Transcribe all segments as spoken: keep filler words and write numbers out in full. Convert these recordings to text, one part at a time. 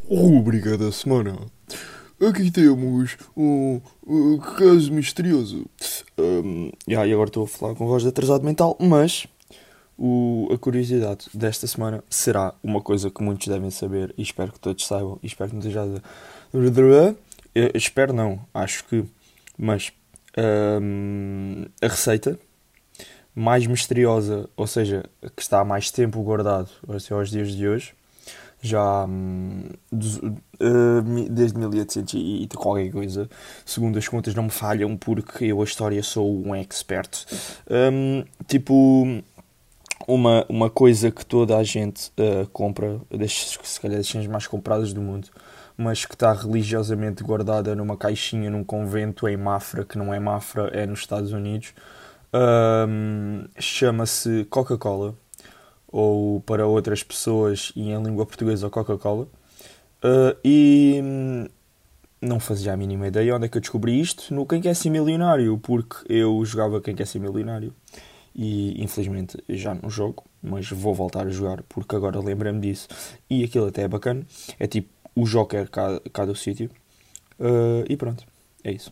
Rúbrica da semana. Aqui temos um, um caso misterioso. Um, yeah, e agora estou a falar com voz de atrasado mental, mas o, a curiosidade desta semana será uma coisa que muitos devem saber e espero que todos saibam e espero que não esteja a... Eu espero não, acho que, mas um, a receita mais misteriosa, ou seja, que está há mais tempo guardado assim, aos dias de hoje, já hum, dos- uh, mi- desde mil e oitocentos e oitocentos e e qualquer coisa, segundo as contas não me falham, porque eu a história sou um expert. Hum, tipo, uma, uma coisa que toda a gente uh, compra, das, se calhar das cenas mais compradas do mundo, mas que está religiosamente guardada numa caixinha num convento em Mafra, que não é Mafra, é nos Estados Unidos. Hum, chama-se Coca-Cola, ou para outras pessoas e em língua portuguesa Coca-Cola. Uh, e hum, não fazia a mínima ideia onde é que eu descobri isto no Quem Quer Ser Milionário, porque eu jogava Quem Quer Ser Milionário e infelizmente já não jogo, mas vou voltar a jogar porque agora lembrei-me disso e aquilo até é bacana. É tipo o Joker cá, cá do sítio. Uh, e pronto, é isso.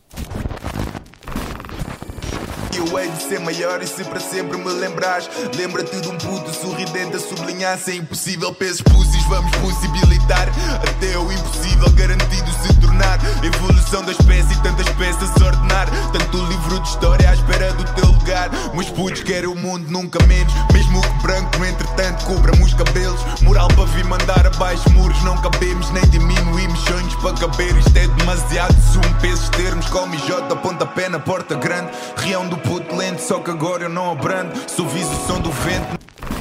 Eu hei de ser maior e se para sempre me lembrares, lembra-te de um puto sorridente a sublinhar. Se é impossível, pesos pussies, vamos possibilitar até o impossível garantido se tornar. Evolução da espécie, tantas peças a ordenar, tanto o livro de história à espera do teu lugar. Meus putos querem o mundo nunca menos, mesmo que branco, no entretanto cobra-me os cabelos. Moral para vir mandar abaixo muros, não cabemos nem diminuímos sonhos para caber. Isto é demasiado zoom, pesos termos, come J, pontapé na porta grande. Reão do puto lento, só que agora eu não abrando, suavizo o som do vento.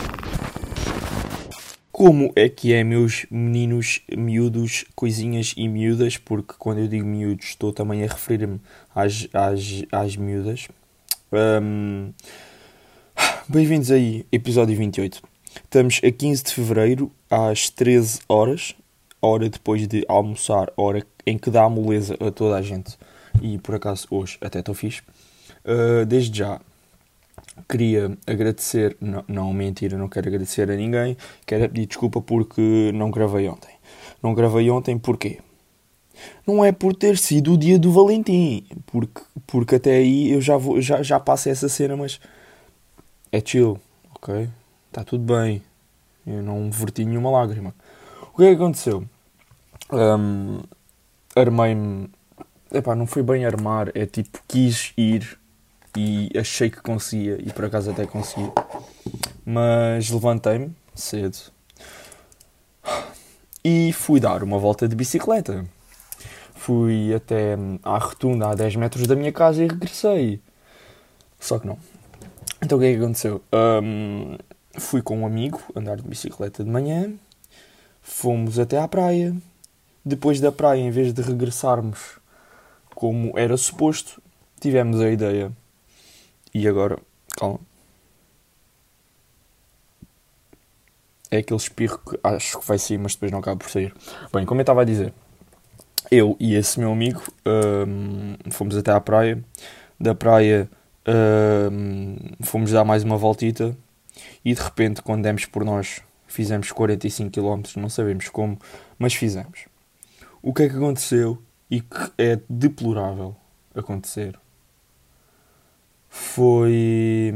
Como é que é, meus meninos, miúdos, coisinhas e miúdas, porque quando eu digo miúdos estou também a referir-me às, às, às miúdas. Hum, Bem-vindos aí, episódio vinte e oito. Estamos a quinze de fevereiro, às treze horas, hora depois de almoçar, hora em que dá a moleza a toda a gente. E por acaso hoje até estou fixe. Uh, desde já queria agradecer, não, não mentira, não quero agradecer a ninguém, quero pedir desculpa porque não gravei ontem. Não gravei ontem porquê? Não é por ter sido o dia do Valentim, porque, porque até aí eu já, vou, já, já passo essa cena, mas é chill, ok? Está tudo bem, eu não verti nenhuma lágrima. O que é que aconteceu? Um, Armei-me, epá, não foi bem armar, é tipo, quis ir e achei que conseguia, e por acaso até consegui, mas levantei-me cedo e fui dar uma volta de bicicleta. Fui até à rotunda a dez metros da minha casa e regressei. Só que não. Então o que é que aconteceu? Um, fui com um amigo andar de bicicleta de manhã, fomos até à praia. Depois da praia, em vez de regressarmos como era suposto, tivemos a ideia. E agora, calma. É aquele espirro que acho que vai sair, mas depois não acaba por sair. Bem, como eu estava a dizer, eu e esse meu amigo hum, fomos até à praia. Da praia hum, fomos dar mais uma voltita. E de repente, quando demos por nós, fizemos quarenta e cinco quilómetros. Não sabemos como, mas fizemos. O que é que aconteceu e que é deplorável acontecer foi...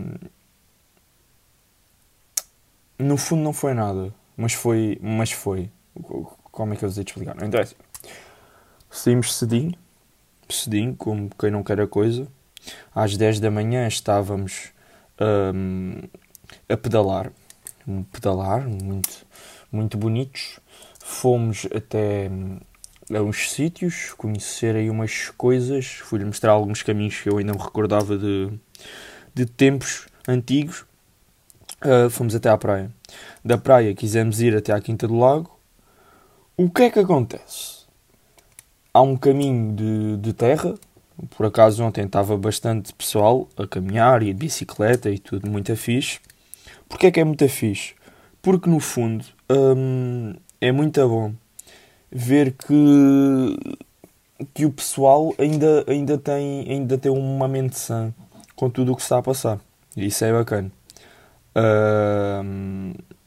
No fundo não foi nada, mas foi... Mas foi. Como é que eu vos hei de explicar? Não interessa. Saímos cedinho, cedinho, como quem não quer a coisa. Às dez da manhã estávamos hum, a pedalar. Um pedalar, muito, muito bonitos. Fomos até hum, a uns sítios, conhecer aí umas coisas. Fui-lhe mostrar alguns caminhos que eu ainda me recordava de, de tempos antigos. Uh, fomos até à praia. Da praia quisemos ir até à Quinta do Lago. O que é que acontece? Há um caminho de, de terra. Por acaso ontem estava bastante pessoal a caminhar e de bicicleta e tudo, muito fixe. Porquê é que é muito fixe? Porque no fundo hum, é muito bom ver que, que o pessoal ainda, ainda, tem, ainda tem uma mente sã com tudo o que está a passar. E isso é bacana. Hum,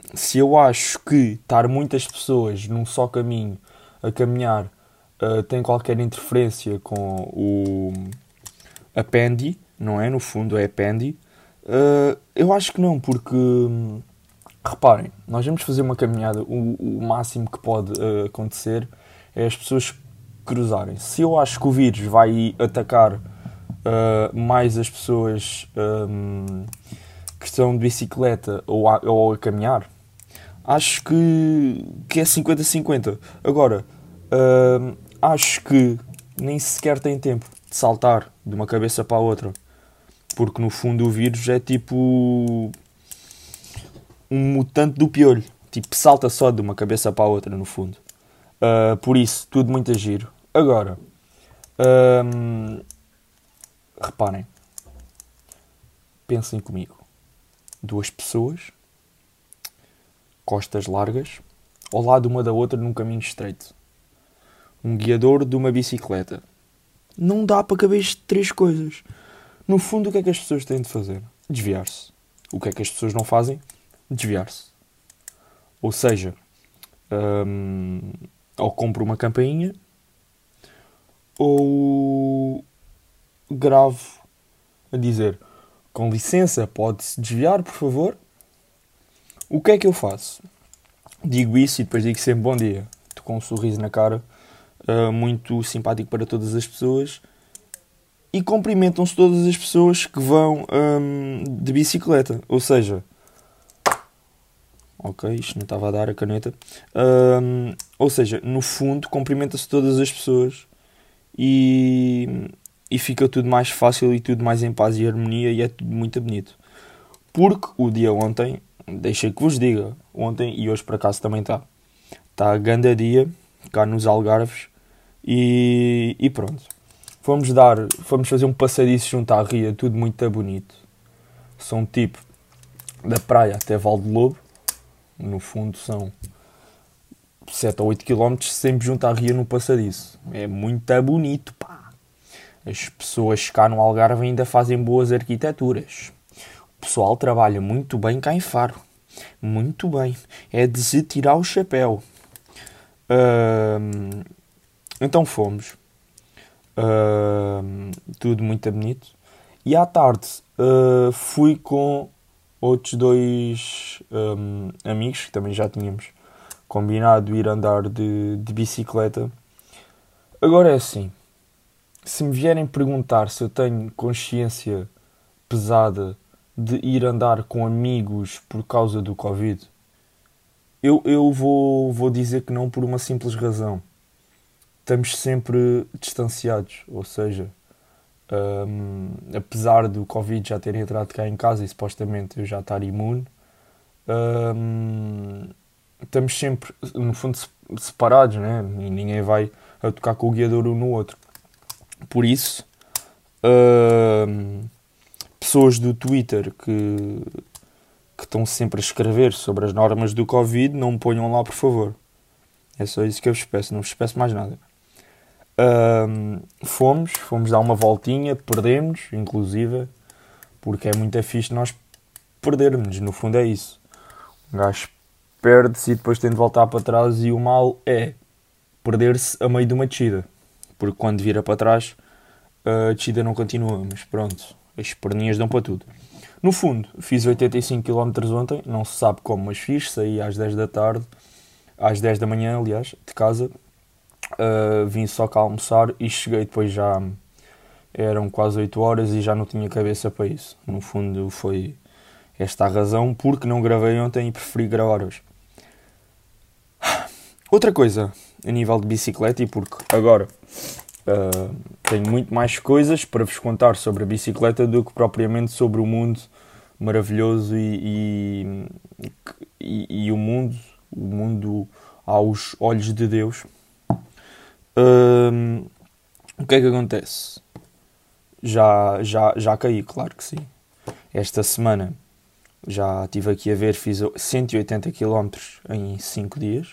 se eu acho que estar muitas pessoas num só caminho a caminhar uh, tem qualquer interferência com o a Pendy, não é? No fundo é a Pendy. Uh, eu acho que não, porque hum, reparem, nós vamos fazer uma caminhada, o, o máximo que pode uh, acontecer é as pessoas cruzarem. Se eu acho que o vírus vai atacar uh, mais as pessoas um, que estão de bicicleta ou a, ou a caminhar, acho que, que é cinquenta a cinquenta. Agora, uh, acho que nem sequer tem tempo de saltar de uma cabeça para a outra. Porque no fundo o vírus é tipo um mutante do piolho. Tipo, salta só de uma cabeça para a outra, no fundo. Uh, por isso, tudo muito a giro. Agora, um, reparem. Pensem comigo. Duas pessoas, costas largas, ao lado uma da outra num caminho estreito. Um guiador de uma bicicleta. Não dá para caber isto de três coisas. No fundo, o que é que as pessoas têm de fazer? Desviar-se. O que é que as pessoas não fazem? Desviar-se. Ou seja, hum, ou compro uma campainha, ou gravo a dizer: com licença, pode-se desviar, por favor? O que é que eu faço? Digo isso e depois digo sempre bom dia. Estou com um sorriso na cara, uh, muito simpático para todas as pessoas. E cumprimentam-se todas as pessoas que vão hum, de bicicleta. Ou seja... Ok, isto não estava a dar a caneta. Hum, ou seja, no fundo, cumprimenta-se todas as pessoas. E, e fica tudo mais fácil e tudo mais em paz e harmonia. E é tudo muito bonito. Porque o dia ontem, deixei que vos diga, ontem e hoje por acaso também está. Está a ganda dia, cá nos Algarves. E, e pronto. Fomos dar, fomos fazer um passadiço junto à ria, tudo muito bonito. São tipo da praia até Val de Lobo. No fundo são sete ou oito quilómetros sempre junto à ria no passadiço. É muito bonito, pá. As pessoas cá no Algarve ainda fazem boas arquiteturas. O pessoal trabalha muito bem cá em Faro. Muito bem. É de se tirar o chapéu. Hum, então fomos. Uh, tudo muito bonito. E à tarde uh, fui com outros dois um, amigos que também já tínhamos combinado ir andar de, de bicicleta. Agora é assim, se me vierem perguntar se eu tenho consciência pesada de ir andar com amigos por causa do Covid, eu, eu vou, vou dizer que não, por uma simples razão. Estamos sempre distanciados, ou seja, um, apesar do Covid já ter entrado cá em casa e supostamente eu já estar imune, um, estamos sempre, no fundo, separados, né? E ninguém vai a tocar com o guiador um no outro. Por isso, um, pessoas do Twitter que, que estão sempre a escrever sobre as normas do Covid, não me ponham lá, por favor. É só isso que eu vos peço, não vos peço mais nada. Um, fomos, fomos dar uma voltinha, perdemos, inclusive, porque é muito fixe nós perdermos, no fundo é isso. Um gajo perde-se e depois tem de voltar para trás e o mal é perder-se a meio de uma descida, porque quando vira para trás a descida não continua, mas pronto, as perninhas dão para tudo. No fundo, fiz oitenta e cinco quilómetros ontem, não se sabe como, mas fiz, saí às dez da tarde, às dez da manhã, aliás, de casa. Uh, vim só cá almoçar e cheguei depois já eram quase oito horas e já não tinha cabeça para isso. No fundo foi esta a razão porque não gravei ontem e preferi gravar hoje. Outra coisa a nível de bicicleta, e porque agora uh, tenho muito mais coisas para vos contar sobre a bicicleta do que propriamente sobre o mundo maravilhoso e, e, e, e o mundo o mundo aos olhos de Deus. Um, o que é que acontece? Já, já, já caí, claro que sim. Esta semana já estive aqui a ver, fiz cento e oitenta quilómetros em cinco dias.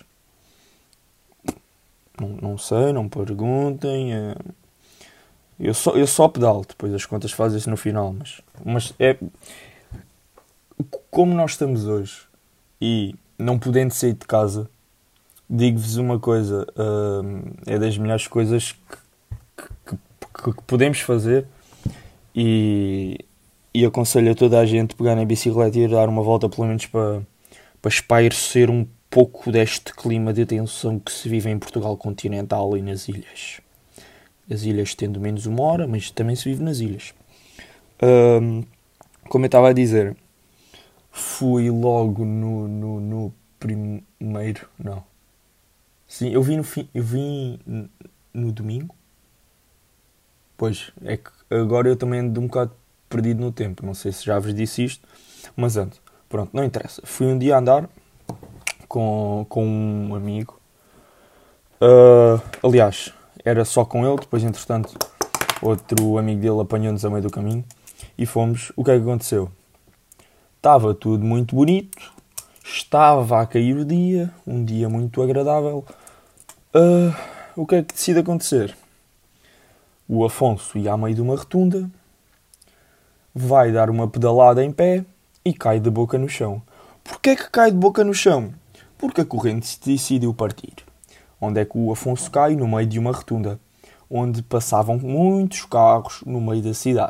Não, não sei, não perguntem. Eu só, eu só pedalo, depois as contas fazem-se no final. Mas, mas é como nós estamos hoje e não podendo sair de casa, digo-vos uma coisa, uh, é das melhores coisas que, que, que, que podemos fazer e, e aconselho a toda a gente a pegar na bicicleta e ir dar uma volta pelo menos para, para espairecer um pouco deste clima de tensão que se vive em Portugal continental e nas ilhas. As ilhas tendo menos uma hora, mas também se vive nas ilhas. Um, como eu estava a dizer, fui logo no, no, no primeiro... Não. Sim, eu vim no, fim, eu vim no domingo. Pois, é que agora eu também ando um bocado perdido no tempo. Não sei se já vos disse isto, mas ando. Pronto, não interessa. Fui um dia andar com, com um amigo. Uh, aliás, era só com ele. Depois, entretanto, outro amigo dele apanhou-nos a meio do caminho. E fomos. O que é que aconteceu? Estava tudo muito bonito. Estava a cair o dia. Um dia muito agradável. Uh, o que é que decide acontecer? O Afonso ia a meio de uma rotunda. Vai dar uma pedalada em pé. E cai de boca no chão. Porquê que cai de boca no chão? Porque a corrente se decidiu partir. Onde é que o Afonso cai? No meio de uma rotunda. Onde passavam muitos carros no meio da cidade.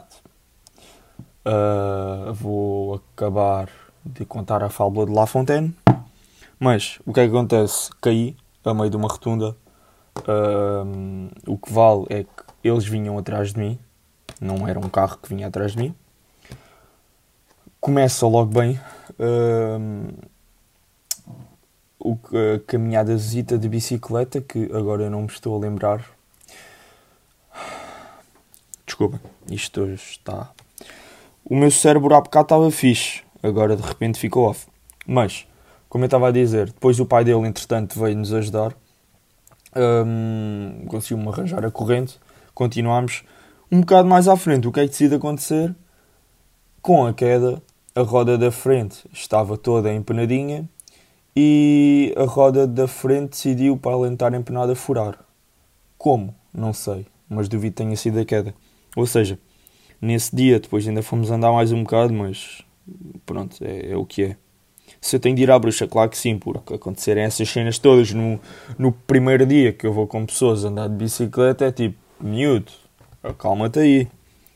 Uh, vou acabar de contar a fábula de La Fontaine. Mas o que é que acontece? Caí a meio de uma rotunda. Uh, o que vale é que eles vinham atrás de mim. Não era um carro que vinha atrás de mim. Começa logo bem uh, o, a caminhadazita de bicicleta, que agora eu não me estou a lembrar. Desculpa, isto hoje está... O meu cérebro há bocado estava fixe, agora de repente ficou off. Mas, como eu estava a dizer, depois o pai dele, entretanto, veio-nos ajudar. Um, conseguiu-me arranjar a corrente. Continuámos um bocado mais à frente. O que é que decide acontecer? Com a queda, a roda da frente estava toda empenadinha e a roda da frente decidiu, para alentar empenada, furar. Como? Não sei, mas duvido que tenha sido a queda. Ou seja, nesse dia, depois ainda fomos andar mais um bocado, mas pronto, é, é o que é. Se eu tenho de ir à bruxa, claro que sim, porque acontecerem essas cenas todas no, no primeiro dia que eu vou com pessoas andar de bicicleta, é tipo, miúdo, acalma-te aí.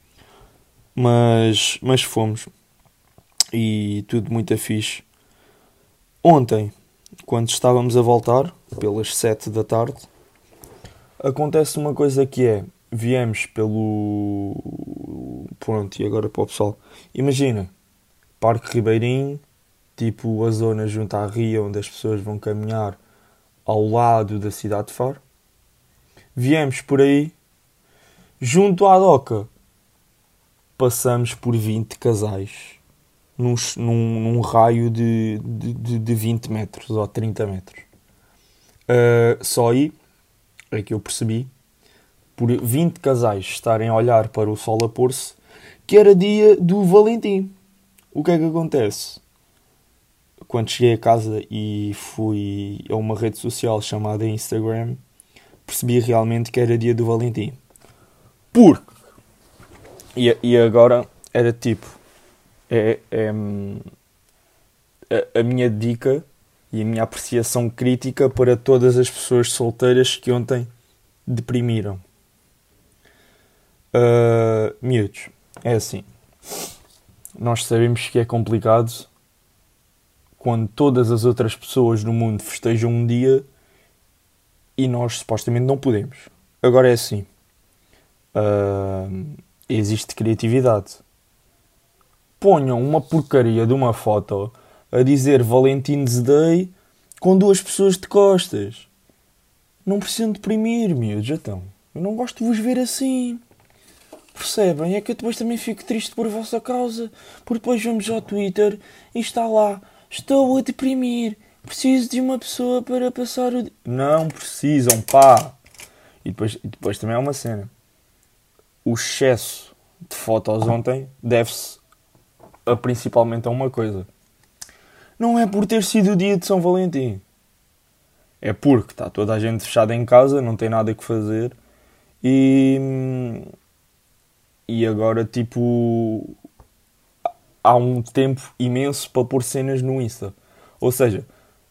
Mas, mas fomos. E tudo muito fixe. Ontem, quando estávamos a voltar, pelas sete da tarde, acontece uma coisa que é, viemos pelo... Pronto, e agora para o pessoal. Imagina, Parque Ribeirinho, tipo a zona junto à ria onde as pessoas vão caminhar ao lado da cidade de Faro. Viemos por aí, junto à doca, passamos por vinte casais, num, num, num raio de, de, de vinte metros ou trinta metros. Uh, só aí é que eu percebi, por vinte casais estarem a olhar para o sol a pôr-se, que era dia do Valentim. O que é que acontece? Quando cheguei a casa e fui a uma rede social chamada Instagram, percebi realmente que era dia do Valentim. Porque, e, e agora era tipo, é, é a, a minha dica e a minha apreciação crítica para todas as pessoas solteiras que ontem deprimiram. Uh, miúdos, é assim, nós sabemos que é complicado quando todas as outras pessoas no mundo festejam um dia e nós supostamente não podemos. Agora é assim, uh, existe criatividade. Ponham uma porcaria de uma foto a dizer Valentine's Day com duas pessoas de costas. Não precisam deprimir, miúdos, então. Eu não gosto de vos ver assim. Percebem? É que eu depois também fico triste por vossa causa. Porque depois vamos ao Twitter e está lá: estou a deprimir. Preciso de uma pessoa para passar o dia. Não precisam, pá. E depois, e depois também há uma cena. O excesso de fotos ontem deve-se a, principalmente a uma coisa. Não é por ter sido o dia de São Valentim. É porque está toda a gente fechada em casa, não tem nada que fazer. E... E agora, tipo... há um tempo imenso para pôr cenas no Insta. Ou seja,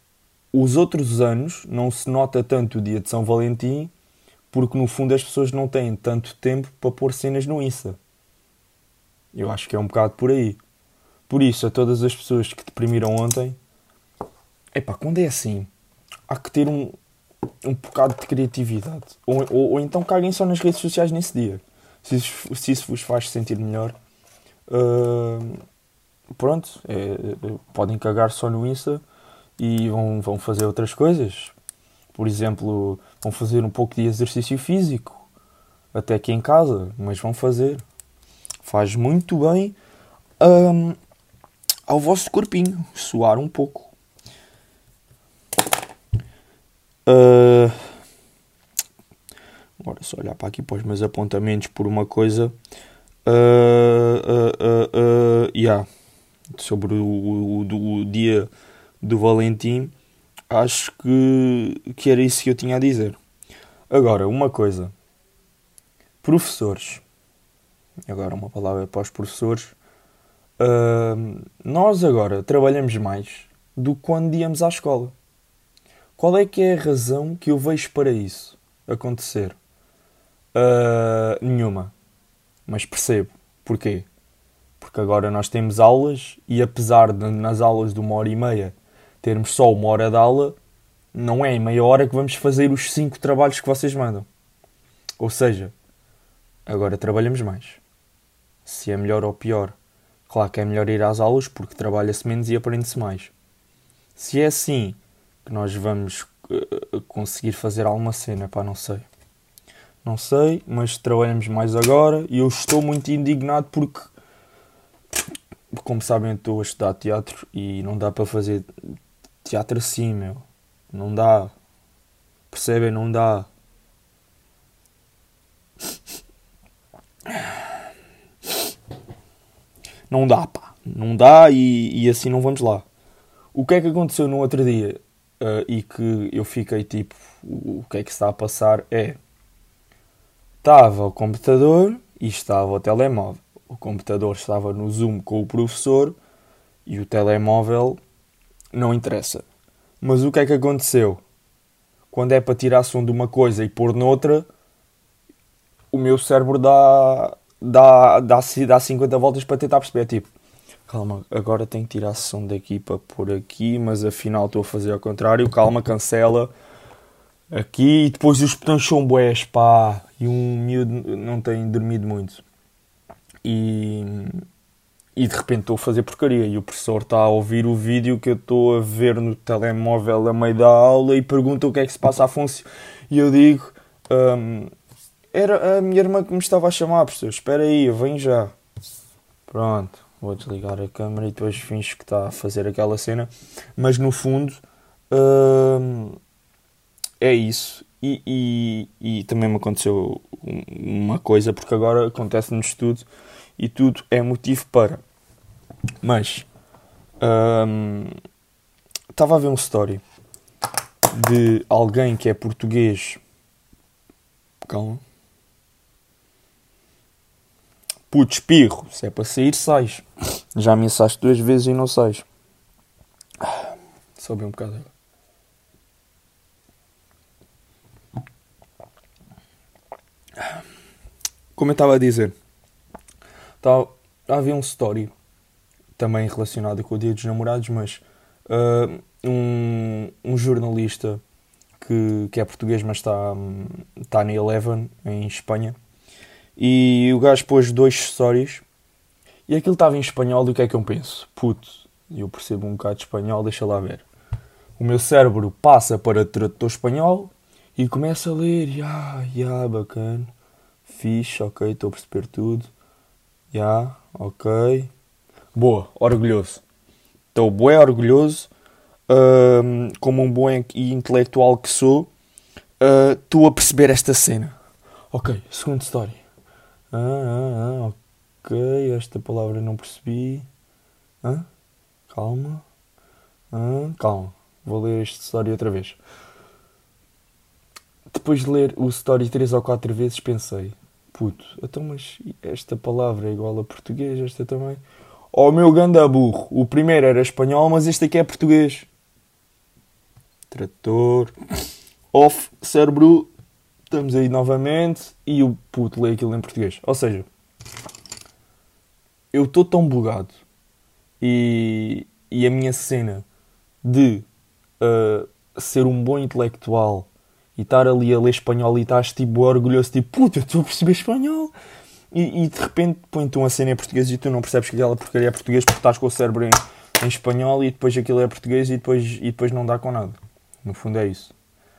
os outros anos não se nota tanto o dia de São Valentim, porque no fundo as pessoas não têm tanto tempo para pôr cenas no Insta. Eu acho que é um bocado por aí. Por isso, a todas as pessoas que deprimiram ontem, epá, quando é assim, há que ter um, um bocado de criatividade. Ou, ou, ou então caguem só nas redes sociais nesse dia. Se isso, se isso vos faz sentir melhor, uh, pronto, é, podem cagar só no Insta e vão, vão fazer outras coisas. Por exemplo, vão fazer um pouco de exercício físico, até aqui em casa, mas vão fazer. Faz muito bem um, ao vosso corpinho, suar um pouco. Uh, agora só olhar para aqui para os meus apontamentos por uma coisa. Uh, uh, uh, uh, yeah. Sobre o, o, o, o dia do Valentim, acho que, que era isso que eu tinha a dizer. Agora, uma coisa. Professores. Agora uma palavra para os professores. Uh, nós agora trabalhamos mais do que quando íamos à escola. Qual é que é a razão que eu vejo para isso acontecer? Uh, nenhuma. Mas percebo. Porquê? Porque agora nós temos aulas e apesar de nas aulas de uma hora e meia termos só uma hora de aula, não é em meia hora que vamos fazer os cinco trabalhos que vocês mandam. Ou seja, agora trabalhamos mais. Se é melhor ou pior, claro que é melhor ir às aulas porque trabalha-se menos e aprende-se mais. Se é assim que nós vamos uh, conseguir fazer alguma cena, pá, não sei. Não sei, mas trabalhamos mais agora e eu estou muito indignado porque, como sabem, eu estou a estudar teatro e não dá para fazer teatro assim, meu. Não dá. Percebem? Não dá. Não dá, pá. Não dá e, e assim não vamos lá. O que é que aconteceu no outro dia uh, e que eu fiquei tipo, o que é que está a passar é... Estava o computador e estava o telemóvel. O computador estava no Zoom com o professor e o telemóvel não interessa. Mas o que é que aconteceu? Quando é para tirar som de uma coisa e pôr noutra, o meu cérebro dá, dá, dá, dá cinquenta voltas para tentar perceber. Tipo, calma, agora tenho que tirar som daqui para pôr aqui, mas afinal estou a fazer ao contrário. Calma, cancela. Aqui e depois os botões são bués, pá. E um miúdo não tem dormido muito. E, e de repente estou a fazer porcaria. E o professor está a ouvir o vídeo que eu estou a ver no telemóvel a meio da aula e pergunta o que é que se passa a Afonso. E eu digo... Um, era a minha irmã que me estava a chamar, professor. Espera aí, eu venho já. Pronto, vou desligar a câmera e depois finjo que está a fazer aquela cena. Mas no fundo... Um, é isso. E, e, e também me aconteceu uma coisa, porque agora acontece-nos tudo e tudo é motivo para. Mas hum, estava a ver um story de alguém que é português. Calma. Puto, espirro. Se é para sair, sais. Já ameaçaste duas vezes e não sais. Só bem um bocado. Como eu estava a dizer, estava a haver um story também relacionado com o Dia dos Namorados, mas uh, um, um jornalista que, que é português, mas está, está na Eleven, em Espanha, e o gajo pôs dois stories e aquilo estava em espanhol. E o que é que eu penso? Puto, eu percebo um bocado de espanhol, deixa lá ver. O meu cérebro passa para tradutor espanhol e começa a ler. Ya, ya, bacana. Fixe, ok, estou a perceber tudo. Já, yeah, ok. Boa, orgulhoso. Estou bué orgulhoso. Uh, como um bom e intelectual que sou, estou uh, a perceber esta cena. Ok, segunda história. Ah, ah, ah, ok, esta palavra não percebi. Ah, calma. Ah, calma. Vou ler esta história outra vez. Depois de ler o story três ou quatro vezes, pensei... Puto, então mas esta palavra é igual a português, esta também. Oh meu ganda burro, o primeiro era espanhol, mas este aqui é português. trator, off, cérebro, estamos aí novamente e o puto lê aquilo em português. Ou seja, eu estou tão bugado e, e a minha cena de uh, ser um bom intelectual e estar ali a ler espanhol e estás tipo orgulhoso, tipo, puta, eu estou a perceber espanhol. E, e de repente põe-te uma cena em português e tu não percebes que aquela porcaria é português porque estás com o cérebro em, em espanhol e depois aquilo é português e depois, e depois não dá com nada. No fundo é isso.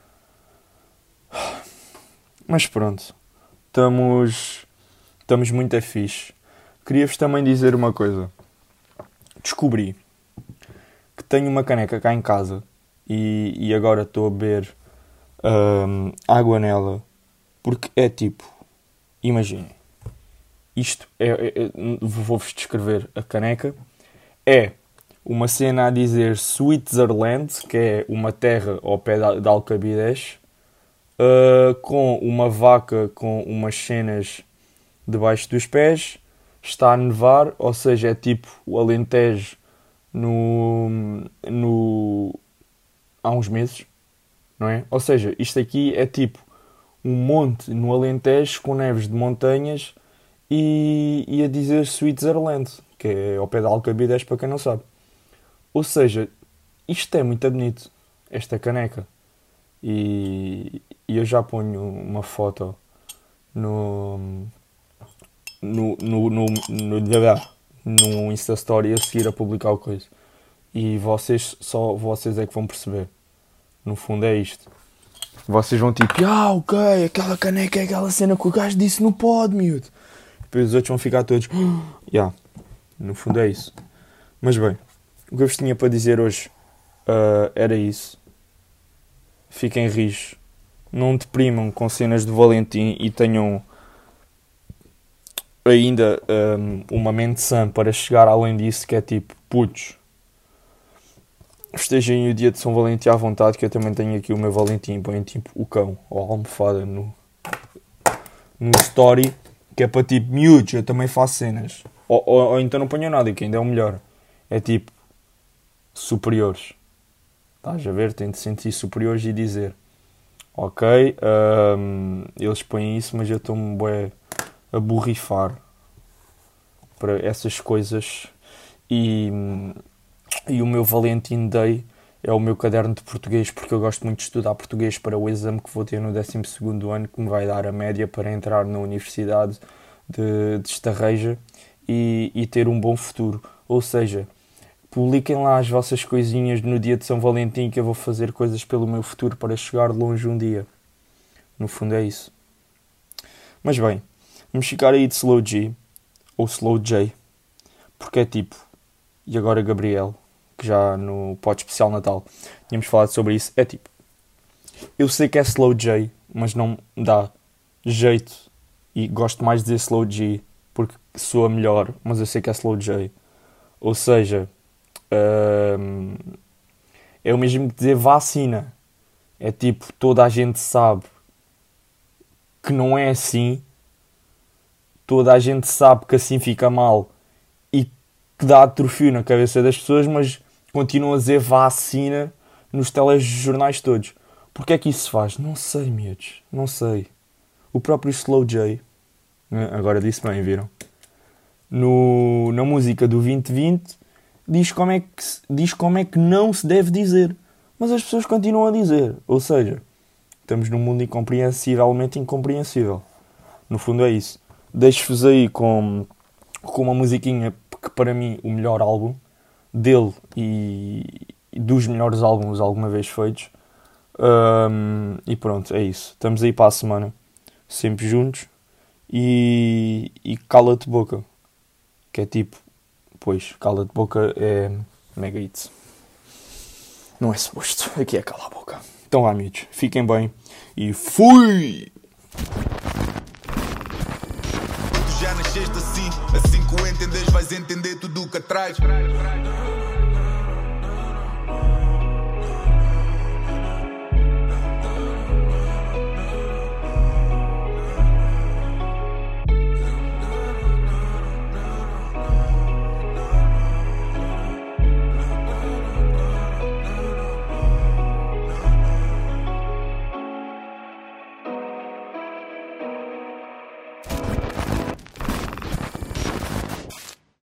Mas pronto. Estamos, estamos muito a fixe. Queria-vos também dizer uma coisa. Descobri que tenho uma caneca cá em casa e, e agora estou a beber hum, água nela porque é tipo, imaginem. Isto é, é, é vou-vos descrever a caneca. É uma cena a dizer Switzerland, que é uma terra ao pé de Alcabidez, uh, com uma vaca com umas cenas debaixo dos pés. Está a nevar, ou seja, é tipo o Alentejo no, no, há uns meses, não é? Ou seja, isto aqui é tipo um monte no Alentejo com neves de montanhas. E, e a dizer Switzerland, que é ao pé de Alcabidez, para quem não sabe. Ou seja, isto é muito bonito, esta caneca. E, e eu já ponho uma foto no no, no, no, no, no Insta Story a seguir a publicar o coisa. E vocês, só vocês é que vão perceber. No fundo é isto. Vocês vão tipo, ah, ok, aquela caneca é aquela cena que o gajo disse no pod, miúdo. Depois os outros vão ficar todos... Já, yeah. No fundo é isso. Mas bem, o que eu vos tinha para dizer hoje uh, era isso. Fiquem rijos. Não deprimam com cenas de Valentim e tenham ainda um, uma mente sã para chegar além disso, que é tipo, putos, festejem o dia de São Valentim à vontade, que eu também tenho aqui o meu Valentim. Põem tipo o cão ou a almofada no, no story... Que é para tipo, miúdos, eu também faço cenas. Ou, ou, ou então não ponho nada, que ainda é o melhor. É tipo, superiores. Estás a ver? Tem de sentir superiores e dizer, ok, um, eles põem isso, mas eu estou-me bué a borrifar para essas coisas. E, e o meu Valentine Day é o meu caderno de português, porque eu gosto muito de estudar português para o exame que vou ter no décimo segundo ano, que me vai dar a média para entrar na Universidade de, de Estarreja e, e ter um bom futuro. Ou seja, publiquem lá as vossas coisinhas no dia de São Valentim, que eu vou fazer coisas pelo meu futuro para chegar longe um dia. No fundo é isso. Mas bem, vamos ficar aí de Slow G, ou Slow J, porque é tipo, e agora Gabriel, que já no pod especial Natal tínhamos falado sobre isso, é tipo, eu sei que é Slow J, mas não dá jeito e gosto mais de dizer Slow G porque soa melhor, mas eu sei que é Slow J. Ou seja, hum, é o mesmo que dizer vacina. É tipo, toda a gente sabe que não é assim, toda a gente sabe que assim fica mal e que dá atrofio na cabeça das pessoas, mas continuam a dizer vacina nos telejornais todos. Porquê é que isso se faz? Não sei, miúdos. Não sei. O próprio Slow J, agora disse bem, viram? No, na música do vinte vinte, diz como, é que, diz como é que não se deve dizer. Mas as pessoas continuam a dizer. Ou seja, estamos num mundo incompreensivelmente incompreensível. No fundo é isso. Deixo-vos aí com, com uma musiquinha que para mim o melhor álbum dele e dos melhores álbuns alguma vez feitos. Um, e pronto, é isso. Estamos aí para a semana, sempre juntos. E, e cala-te boca, que é tipo, pois, cala-te boca é mega hits. Não é suposto, aqui é cala a boca. Então lá, amigos, fiquem bem e fui! Tu já nasceste assim, assim que o entendes vais entender tudo o que atrás.